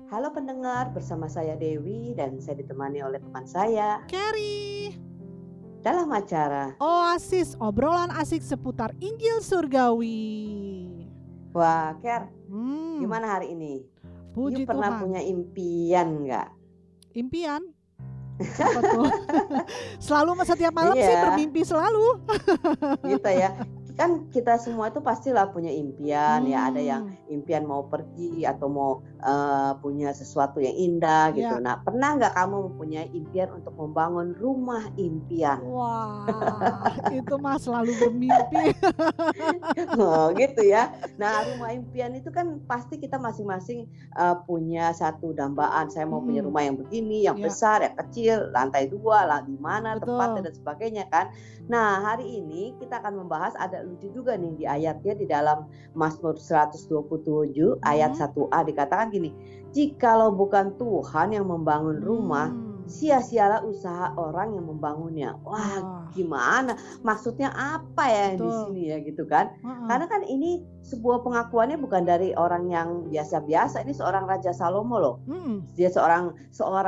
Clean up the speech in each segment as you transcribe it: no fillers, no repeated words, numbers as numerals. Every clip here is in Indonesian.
Halo pendengar, bersama saya Dewi dan saya ditemani oleh teman saya Carrie, dalam acara Oasis, obrolan asik seputar Injil Surgawi. Wah, Ker, Hmm, gimana hari ini? Puji You pernah Tuhan. punya impian nggak? Impian? Apa tuh? Selalu setiap malam sih Iya, bermimpi selalu. gitu ya. Kan kita semua itu pastilah punya impian ya. Ada yang impian mau pergi atau mau punya sesuatu yang indah gitu. Ya. Nah, pernah nggak kamu mempunyai impian untuk membangun rumah impian? Wah, itu mah selalu bermimpi. Oh gitu ya. Nah rumah impian itu kan pasti kita masing-masing punya satu dambaan. Saya mau punya rumah yang begini, yang Ya. besar, yang kecil, lantai 2 lah, di mana Betul. tempatnya dan sebagainya kan. Nah hari ini kita akan membahas, ada lucu juga nih di ayatnya di dalam Mazmur 127 ayat 1a dikatakan gini, jikalau bukan Tuhan yang membangun rumah, sia-sialah usaha orang yang membangunnya. Wah, gimana? Maksudnya apa ya di sini ya gitu kan? Karena kan ini sebuah pengakuannya bukan dari orang yang biasa-biasa. Ini seorang Raja Salomo loh. Dia seorang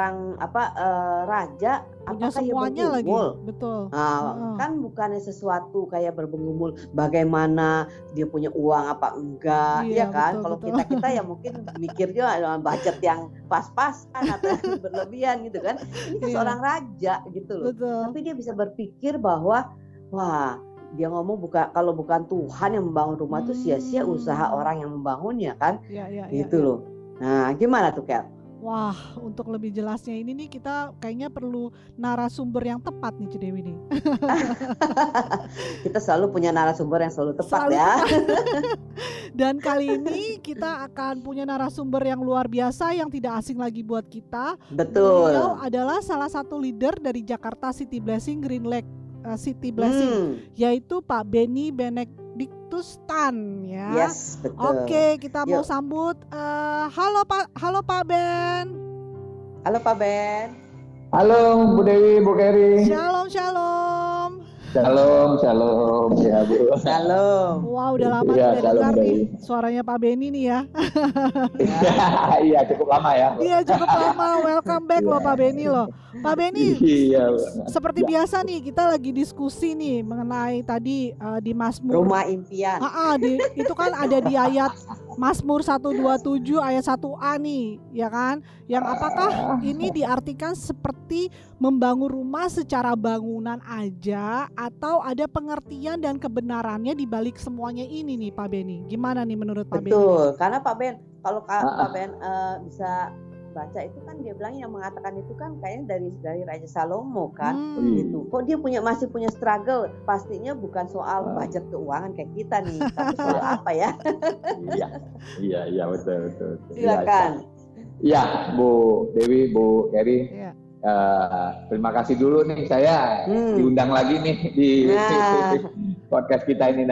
raja. Punya Apakah semuanya ia lagi, bergumul? betul. Kan bukannya sesuatu kayak bergumul bagaimana dia punya uang apa enggak, Iya, ya kan? betul, Kalau betul. kita ya mungkin mikirnya budget yang pas-pasan atau yang berlebihan gitu kan. Ini kan seorang raja gitu loh. Betul. Tapi dia bisa berpikir bahwa wah, dia ngomong kalau bukan Tuhan yang membangun rumah itu sia-sia usaha orang yang membangunnya kan. Gitu loh. Nah, gimana tuh, Kel? Wah, untuk lebih jelasnya ini nih kita kayaknya perlu narasumber yang tepat nih Cedewi nih. Kita selalu punya narasumber yang selalu tepat ya. Dan kali ini kita akan punya narasumber yang luar biasa yang tidak asing lagi buat kita. Betul. Beliau adalah salah satu leader dari Jakarta City Blessing Green Lake City Blessing, yaitu Pak Benny Benedictus Tan ya. Yes, betul. Oke, kita mau sambut. Halo Pak Ben. Halo Pak Ben. Halo Bu Dewi, Bu Keri. Shalom. Shalom ya Bu. Shalom. Wah, udah lama tidak dengar nih suaranya Pak Benny nih ya. Iya, cukup lama ya. Iya, cukup lama. Welcome back loh Pak Benny loh. Pak Benny, seperti biasa nih kita lagi diskusi nih mengenai tadi di Mazmur rumah impian. Itu kan ada di ayat Mazmur 127 ayat 1a nih, ya kan? Yang apakah ini diartikan seperti membangun rumah secara bangunan aja atau ada pengertian dan kebenarannya di balik semuanya ini nih Pak Benny? Gimana nih menurut Pak Benny? Betul, karena Pak Ben, kalau Pak Ben bisa baca itu kan dia bilang yang mengatakan itu kan kayaknya dari Raja Salomo kan gitu. Kok dia masih punya struggle? Pastinya bukan soal budget keuangan kayak kita nih, tapi soal apa ya? Iya betul. Silakan. Iya Bu Dewi, Bu Keri. Terima kasih dulu nih saya diundang lagi nih di podcast kita ini.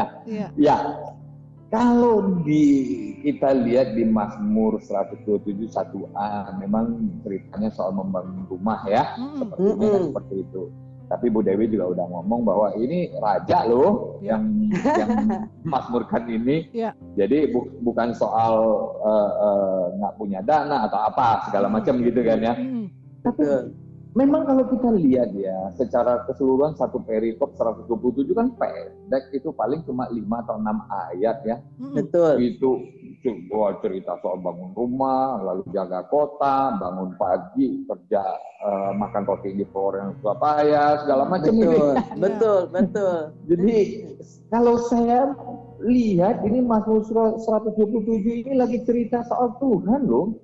Kalau kita lihat di Mazmur 127 1a, memang ceritanya soal membangun rumah ya, seperti itu. Tapi Bu Dewi juga udah ngomong bahwa ini raja loh yang mazmurkan ini. Jadi bukan soal nggak punya dana atau apa segala macam gitu kan ya. Tapi memang kalau kita lihat ya, secara keseluruhan satu perikop 127 kan pendek, itu paling cuma 5 atau 6 ayat ya. Betul. Itu cerita soal bangun rumah, lalu jaga kota, bangun pagi, kerja, makan roti di Florence Surabaya, segala macam itu. Betul. Jadi kalau saya lihat ini Mazmur 127 ini lagi cerita soal Tuhan loh.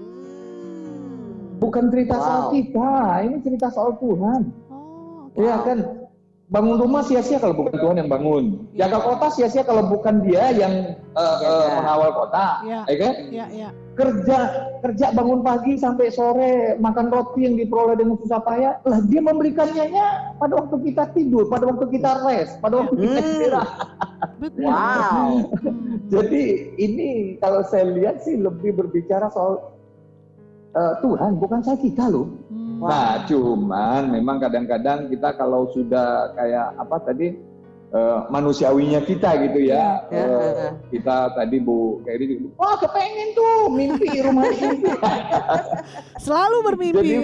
Bukan cerita soal kita, ini cerita soal Tuhan. Iya kan, bangun rumah sia-sia kalau bukan Tuhan yang bangun. Jaga kota sia-sia kalau bukan Dia yang mengawal kota, ya kan? Kerja bangun pagi sampai sore, makan roti yang diperoleh dengan susah payah. Lah Dia memberikannya pada waktu kita tidur, pada waktu kita rest, pada waktu kita istirahat. Wow. Jadi ini kalau saya lihat sih lebih berbicara soal Tuhan, bukan saya kita loh. Nah, cuman memang kadang-kadang kita kalau sudah kayak apa tadi manusiawinya kita gitu ya. Kita tadi Bu Keri, wah kepengen tuh mimpi rumah ini. Selalu bermimpi. Jadi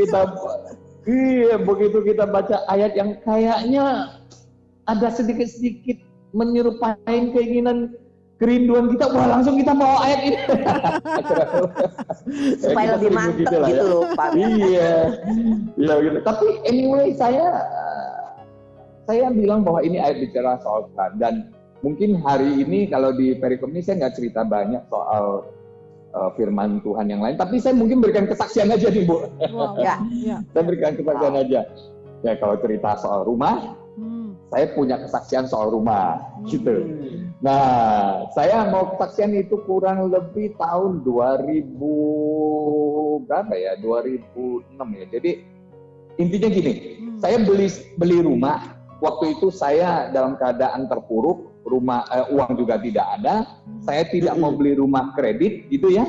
begitu kita baca ayat yang kayaknya ada sedikit-sedikit menyerupai keinginan kerinduan kita, wah langsung kita mau ayat ini. Supaya lebih mantap gitu Pak. Iya gitu. Tapi anyway saya bilang bahwa ini ayat bicara soal Tuhan, dan mungkin hari ini kalau di Perikom ini saya nggak cerita banyak soal firman Tuhan yang lain, tapi saya mungkin berikan kesaksian aja nih Bu. Wow. Saya berikan kesaksian aja. Ya kalau cerita soal rumah, saya punya kesaksian soal rumah, gitu. Nah, saya mau kesaksian itu kurang lebih tahun 2006 ya. Jadi intinya gini, saya beli rumah. Waktu itu saya dalam keadaan terpuruk, uang juga tidak ada. Saya tidak mau beli rumah kredit, gitu ya.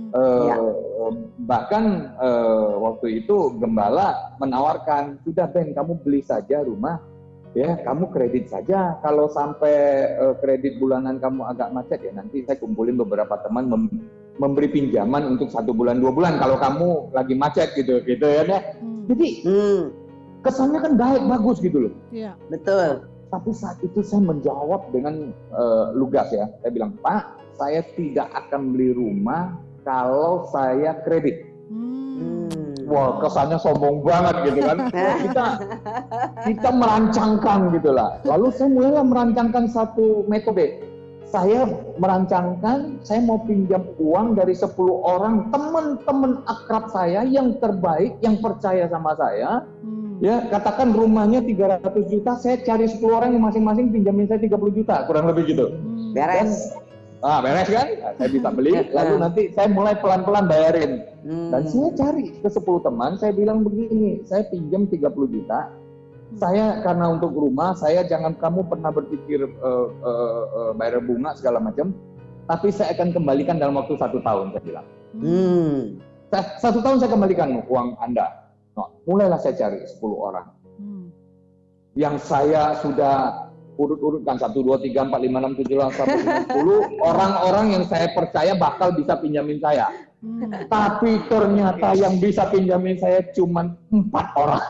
Bahkan waktu itu gembala menawarkan, sudah Ben, kamu beli saja rumah, ya kamu kredit saja. Kalau sampai kredit bulanan kamu agak macet, ya nanti saya kumpulin beberapa teman memberi pinjaman untuk 1 bulan 2 bulan kalau kamu lagi macet gitu ya. Jadi kesannya kan bagus gitu loh. Iya. Betul. Tapi saat itu saya menjawab dengan lugas ya. Saya bilang, Pak, saya tidak akan beli rumah kalau saya kredit. Wah, kesannya sombong banget gitu kan. Kita merancangkan gitu lah. Lalu saya mulailah merancangkan satu metode. Saya merancangkan, saya mau pinjam uang dari 10 orang teman-teman akrab saya yang terbaik, yang percaya sama saya. Ya, katakan rumahnya 300 juta, saya cari 10 orang yang masing-masing pinjamin saya 30 juta, kurang lebih gitu. Beres. Beres kan? Nah, saya bisa beli, lalu nanti saya mulai pelan-pelan bayarin. Dan saya cari ke 10 teman, saya bilang begini, saya pinjam 30 juta, saya karena untuk rumah, saya jangan kamu pernah berpikir bayar bunga segala macam, tapi saya akan kembalikan dalam waktu 1 tahun, saya bilang. 1 tahun saya kembalikan uang Anda. Nah, mulailah saya cari 10 orang. Yang saya sudah urut-urutkan 1, 2, 3, 4, 5, 6, 7, 8, 9, 10 orang-orang yang saya percaya bakal bisa pinjamin saya. Tapi ternyata yang bisa pinjamin saya cuma 4 orang.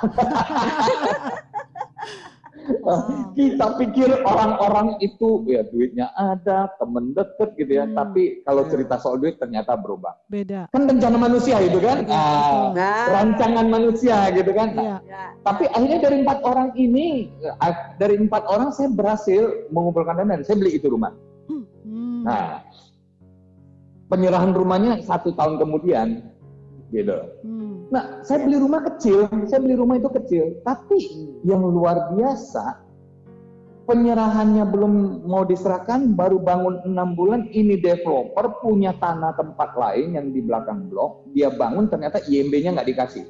Kita pikir orang-orang itu ya duitnya ada, temen deket gitu ya. Tapi kalau cerita soal duit ternyata berubah. Beda. Kan rencana manusia itu kan, rancangan manusia gitu kan. Tapi akhirnya dari 4 orang ini, dari 4 orang saya berhasil mengumpulkan dana dan saya beli itu rumah. Nah, penyerahan rumahnya 1 tahun kemudian, gitu. Nah, saya beli rumah kecil, itu kecil, tapi yang luar biasa, penyerahannya belum mau diserahkan, baru bangun 6 bulan, ini developer punya tanah tempat lain yang di belakang blok, dia bangun ternyata IMB-nya nggak dikasih.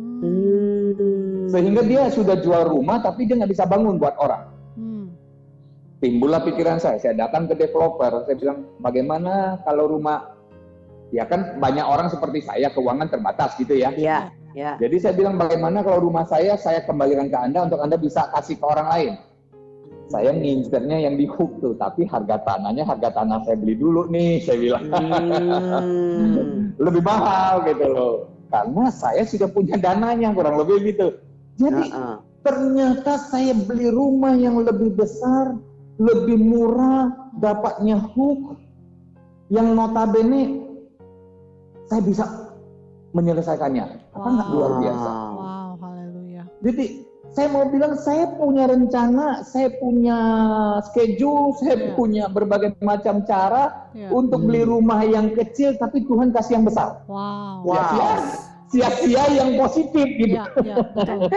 Sehingga dia sudah jual rumah, tapi dia nggak bisa bangun buat orang. Timbullah pikiran saya datang ke developer, saya bilang, bagaimana kalau rumah, ya kan banyak orang seperti saya keuangan terbatas gitu ya. Iya. Jadi saya bilang bagaimana kalau rumah saya kembalikan ke Anda untuk Anda bisa kasih ke orang lain. Saya ngincernya yang di hook tuh, tapi harga tanah saya beli dulu nih, saya bilang. Lebih mahal gitu loh. Karena saya sudah punya dananya kurang lebih gitu. Jadi ternyata saya beli rumah yang lebih besar, lebih murah, dapatnya hook yang notabene saya bisa menyelesaikannya. Apa nggak luar biasa? Wow, haleluya. Jadi saya mau bilang saya punya rencana, saya punya schedule, saya punya berbagai macam cara untuk beli rumah yang kecil, tapi Tuhan kasih yang besar. Wow. Sia-sia yang positif gitu. Betul.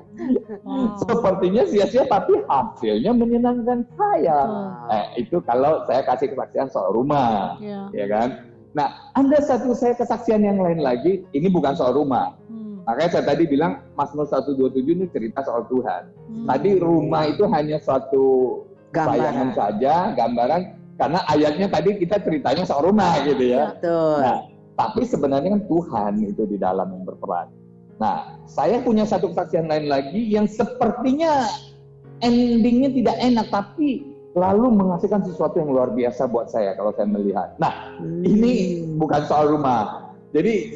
Sepertinya sia-sia, tapi hasilnya menyenangkan saya. Itu kalau saya kasih kesaksian soal rumah, ya kan? Nah, ada saya kesaksian yang lain lagi, ini bukan soal rumah. Makanya saya tadi bilang, Mazmur 127 ini cerita soal Tuhan. Tadi rumah itu hanya suatu bayangan saja, gambaran, karena ayatnya tadi kita ceritanya soal rumah gitu ya. Betul. Nah, tapi sebenarnya kan Tuhan itu di dalam yang berperan. Nah, saya punya satu kesaksian lain lagi yang sepertinya endingnya tidak enak, tapi lalu menghasilkan sesuatu yang luar biasa buat saya kalau saya melihat. Nah, ini bukan soal rumah. Jadi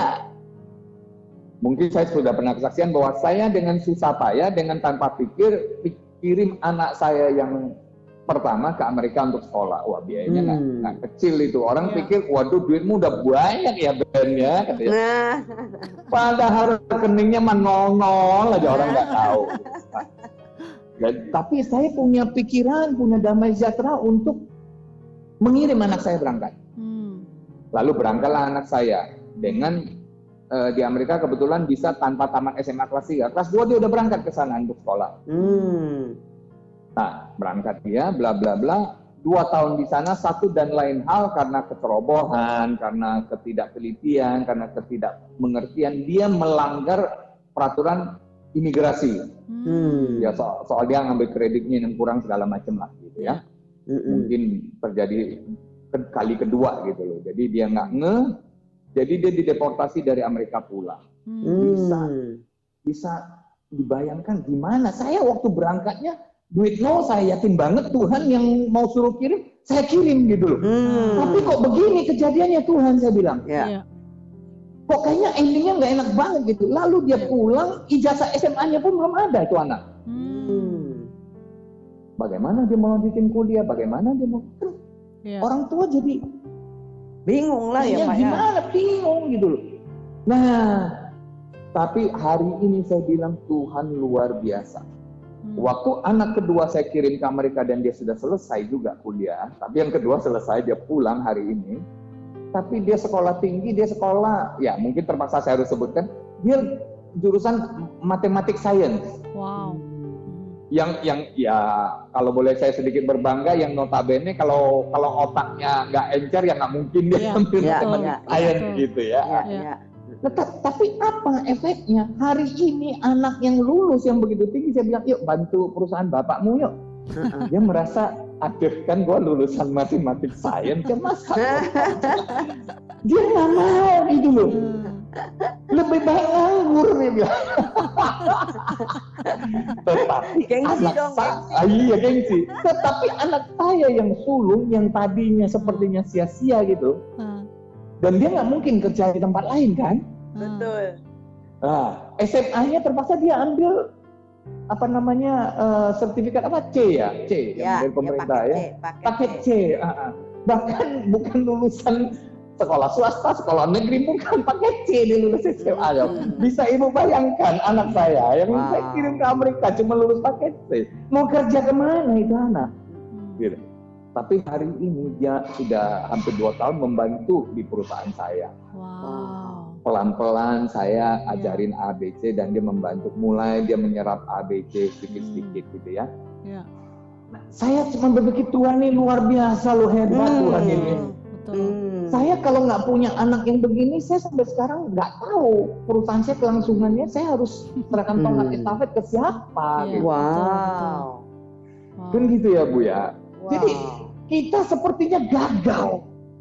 mungkin saya sudah pernah kesaksian bahwa saya dengan susah payah, dengan tanpa pikir, kirim anak saya yang pertama ke Amerika untuk sekolah. Wah, biayanya nggak kecil itu. Orang pikir, waduh duitmu udah banyak ya Ben ya. Padahal rekeningnya mah nol aja, orang nggak tahu. Tapi saya punya pikiran, punya damai sejahtera untuk mengirim anak saya berangkat. Lalu berangkatlah anak saya dengan di Amerika kebetulan bisa tanpa tamat SMA kelas 3. Kelas 2 dia udah berangkat ke sana untuk sekolah. Nah, berangkat dia bla bla bla. 2 tahun di sana, satu dan lain hal karena kecerobohan, karena ketidaktelitian, karena ketidakmengertian, dia melanggar peraturan imigrasi. Ya soal dia ngambil kreditnya yang kurang segala macam lah gitu ya. Mungkin terjadi kali kedua gitu loh. Jadi dia nggak jadi dia dideportasi dari Amerika pula. Bisa dibayangkan gimana saya waktu berangkatnya duit nol, saya yakin banget Tuhan yang mau suruh kirim, saya kirim gitu loh. Tapi kok begini kejadiannya Tuhan, saya bilang. Kok kayaknya endingnya nggak enak banget gitu. Lalu dia pulang, ijazah SMA-nya pun belum ada itu anak. Bagaimana dia mau lanjutin kuliah? Bagaimana dia mau? Orang tua jadi bingung lah ya Pak. Gimana? Bingung gitu loh. Nah, tapi hari ini saya bilang Tuhan luar biasa. Waktu anak kedua saya kirim ke Amerika dan dia sudah selesai juga kuliah. Tapi yang kedua selesai, dia pulang hari ini. Tapi dia sekolah tinggi, dia sekolah, ya mungkin terpaksa saya harus sebutkan, dia jurusan matematik science. Wow. Yang ya kalau boleh saya sedikit berbangga, yang notabene kalau otaknya nggak encer ya nggak mungkin dia ambil matematik science gitu ya. Tapi apa efeknya? Hari ini anak yang lulus yang begitu tinggi, saya bilang yuk bantu perusahaan bapakmu yuk. Dia merasa aduh kan gue lulusan matematik science ya masa dia nggak mau gitu loh, lebih baik nganggur nih bilang. Tetapi gengsi dong, gengsi. Tetapi anak saya yang sulung yang tadinya sepertinya sia-sia gitu, dan dia nggak mungkin kerja di tempat lain kan. Betul. Nah, SMA-nya terpaksa dia ambil sertifikat C yang dari pemerintah paket C. Bahkan bukan lulusan sekolah swasta, sekolah negeri, bukan paket C dia lulus SMA. Bisa ibu bayangkan anak saya yang saya kirim ke Amerika cuma lulus paket C, mau kerja kemana itu anak? Gitu. Tapi hari ini dia sudah hampir 2 tahun membantu di perusahaan saya. Pelan-pelan saya ajarin ABC dan dia membantu, mulai dia menyerap ABC sedikit-sedikit gitu ya. Nah, saya cuma berpikir Tuhan ini luar biasa loh, hebat Tuhan ini. Saya kalau nggak punya anak yang begini, saya sampai sekarang nggak tahu perusahaan saya kelangsungannya, saya harus serahkan tongkat estafet ke siapa. Gitu. Kan gitu ya Bu ya. Jadi kita sepertinya gagal.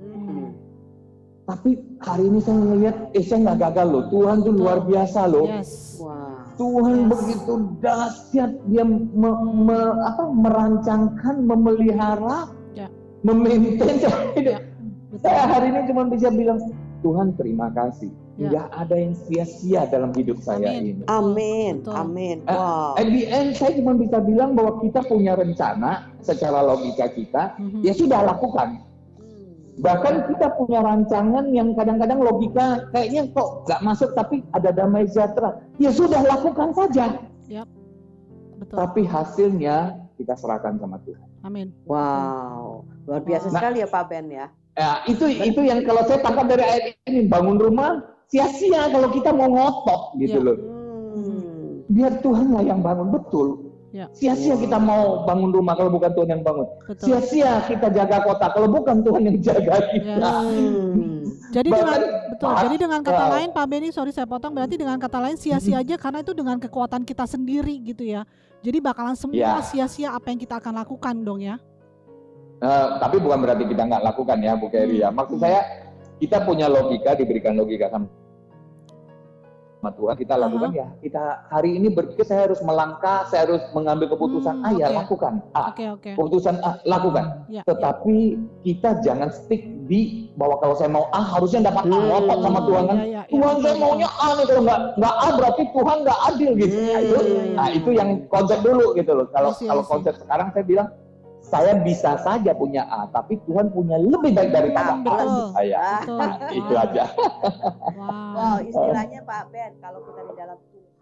Tapi hari ini saya melihat, saya nggak gagal loh. Tuhan tuh luar biasa loh. Tuhan begitu dahsyat, dia merancangkan, memelihara, memaintain. Saya hari ini cuma bisa bilang, Tuhan terima kasih. Nggak ada yang sia-sia dalam hidup saya ini. Amin. Amin. At the end, saya cuma bisa bilang bahwa kita punya rencana secara logika kita, ya sudah lakukan. Bahkan kita punya rancangan yang kadang-kadang logika kayaknya kok nggak masuk, tapi ada damai sejahtera. Ya sudah lakukan saja. Betul. Tapi hasilnya kita serahkan sama Tuhan. Amin. Wow, luar biasa sekali ya Pak Ben ya. Itu yang kalau saya tangkap dari ayat ini, bangun rumah sia-sia kalau kita mau ngotot gitu loh. Biar Tuhan lah yang bangun, betul. Sia-sia kita mau bangun rumah kalau bukan Tuhan yang bangun. Sia-sia kita jaga kota kalau bukan Tuhan yang jaga kita. Jadi jadi dengan kata lain Pak Benny, sorry saya potong, berarti dengan kata lain sia-sia aja karena itu dengan kekuatan kita sendiri gitu ya. Jadi bakalan semua sia-sia apa yang kita akan lakukan dong ya. Tapi bukan berarti kita nggak lakukan ya Bu Kerry ya. Maksud saya kita punya logika, diberikan logika sama sama Tuhan, kita lakukan ya. Kita hari ini berpikir saya harus melangkah, saya harus mengambil keputusan A, ya lakukan A. Keputusan A, lakukan. Tetapi kita jangan stick di bahwa kalau saya mau A harusnya dapat A, ngotot sama Tuhan kan. Tuhan saya maunya A nih, kalau nggak A berarti Tuhan nggak adil gitu. Nah itu yang konsep dulu gitu loh. Kalau konsep sekarang saya bilang, saya bisa saja punya A, tapi Tuhan punya lebih baik daripada A untuk saya. Itu aja. Wow, istilahnya Pak Ben, kalau kita di dalam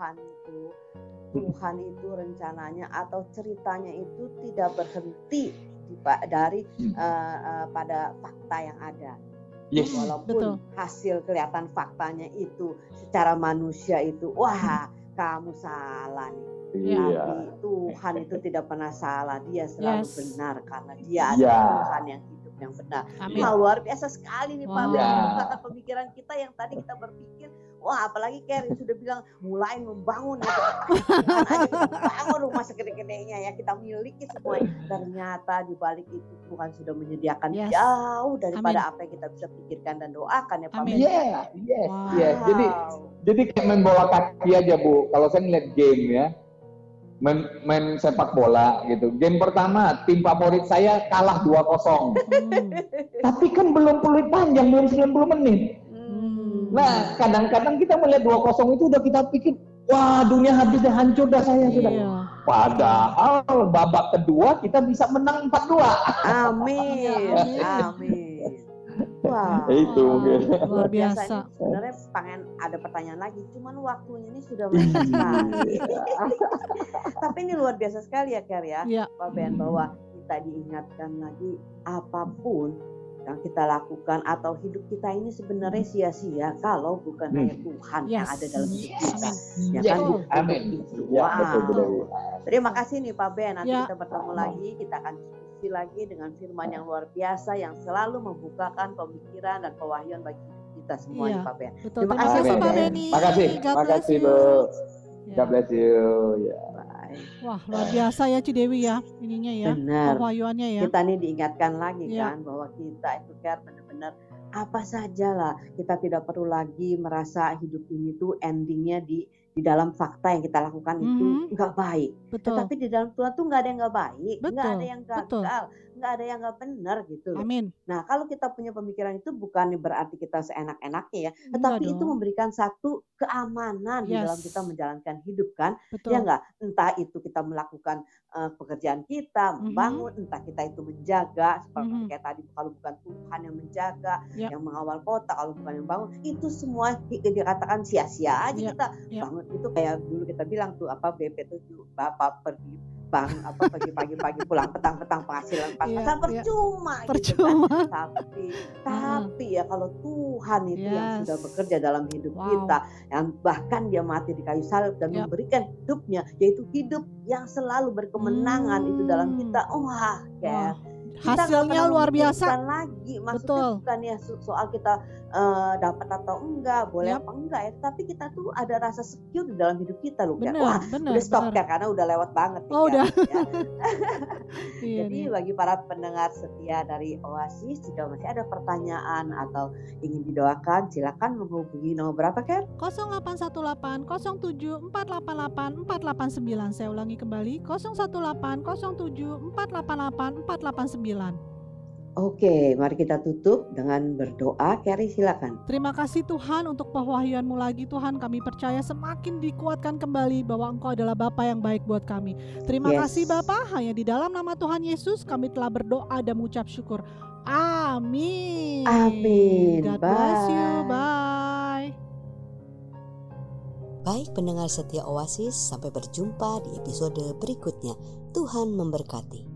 Tuhan itu rencananya atau ceritanya itu tidak berhenti dari pada fakta yang ada. Yes. Walaupun hasil kelihatan faktanya itu secara manusia itu, wah kamu salah nih. Tapi Tuhan itu tidak pernah salah, Dia selalu benar karena Dia adalah Tuhan yang hidup yang benar. Luar biasa sekali nih Pak Ben, membukakan pemikiran kita yang tadi kita berpikir, wah apalagi Karen sudah bilang mulai membangun bangun rumah segede-gedenya ya, kita miliki semua. Ternyata di balik itu Tuhan sudah menyediakan jauh daripada apa yang kita bisa pikirkan dan doakan ya Pak Ben. Jadi kayak main bola kaki aja Bu. Kalau saya ngeliat game ya, main sepak bola gitu. Game pertama tim favorit saya kalah 2-0. Tapi kan belum peluit panjang, belum 90 menit. Nah, kadang-kadang kita melihat 2-0 itu udah kita pikir, wah dunia habis deh, hancur dah saya sudah. Padahal babak kedua kita bisa menang 4-2. Amin. Wah, itu mungkin luar biasa. Sebenarnya pengen ada pertanyaan lagi, cuman waktunya ini sudah mepet sekali. Tapi ini luar biasa sekali ya Ker ya, Pak Ben, bahwa kita diingatkan lagi apapun yang kita lakukan atau hidup kita ini sebenarnya sia-sia kalau bukan hanya Tuhan yang ada dalam hidup kita. Ya kan? Amin. Terima kasih nih Pak Ben. Nanti kita bertemu lagi, kita akan diskusi lagi dengan firman yang luar biasa yang selalu membukakan pemikiran dan pewahyuan bagi kita semua nih Pak Ben. Terima kasih Pak Benny. Makasih Bu. God bless you. Wah, luar biasa ya Cidewi ya, ininya ya, pewahyuannya ya. Kita nih diingatkan lagi kan bahwa kita itu kan benar-benar apa sajalah, kita tidak perlu lagi merasa hidup ini tuh endingnya di dalam fakta yang kita lakukan itu nggak baik. Tetapi di dalam Tuhan tuh nggak ada yang nggak baik, nggak ada yang gagal, nggak ada yang nggak benar gitu. Amin. Nah kalau kita punya pemikiran itu bukan berarti kita seenak-enaknya ya, tetapi itu memberikan satu keamanan di dalam kita menjalankan hidup kan, ya nggak? Entah itu kita melakukan pekerjaan kita, membangun, entah kita itu menjaga, seperti kayak tadi kalau bukan Tuhan yang menjaga, yang mengawal kota, kalau bukan yang bangun, itu semua dikatakan sia-sia aja kita bangun. Itu kayak dulu kita bilang tuh BP7 Bapak pergi pagi-pagi pulang petang-petang penghasilan pas-pasan percuma. Gitu kan? Tapi ya kalau Tuhan itu yang sudah bekerja dalam hidup kita, yang bahkan Dia mati di kayu salib dan memberikan hidupnya, yaitu hidup yang selalu berkemenangan itu dalam kita. Hasilnya luar biasa lagi. Maksudnya bukan ya soal kita dapat atau enggak, boleh apa enggak ya, tapi kita tuh ada rasa secure di dalam hidup kita loh. Udah stop ya karena udah lewat banget udah. Jadi bagi para pendengar setia dari Oasis, jika masih ada pertanyaan atau ingin didoakan, silakan menghubungi nomor berapa Ker? 0818 07 488 489. Saya ulangi kembali, 08 07 488 489. Oke, mari kita tutup dengan berdoa. Carrie silakan. Terima kasih Tuhan untuk pewahyuan-Mu lagi Tuhan. Kami percaya semakin dikuatkan kembali bahwa Engkau adalah Bapa yang baik buat kami. Terima kasih Bapa, hanya di dalam nama Tuhan Yesus kami telah berdoa dan mengucap syukur. Amin. Amin. God bless you. Bye. Baik pendengar setia Oasis, sampai berjumpa di episode berikutnya. Tuhan memberkati.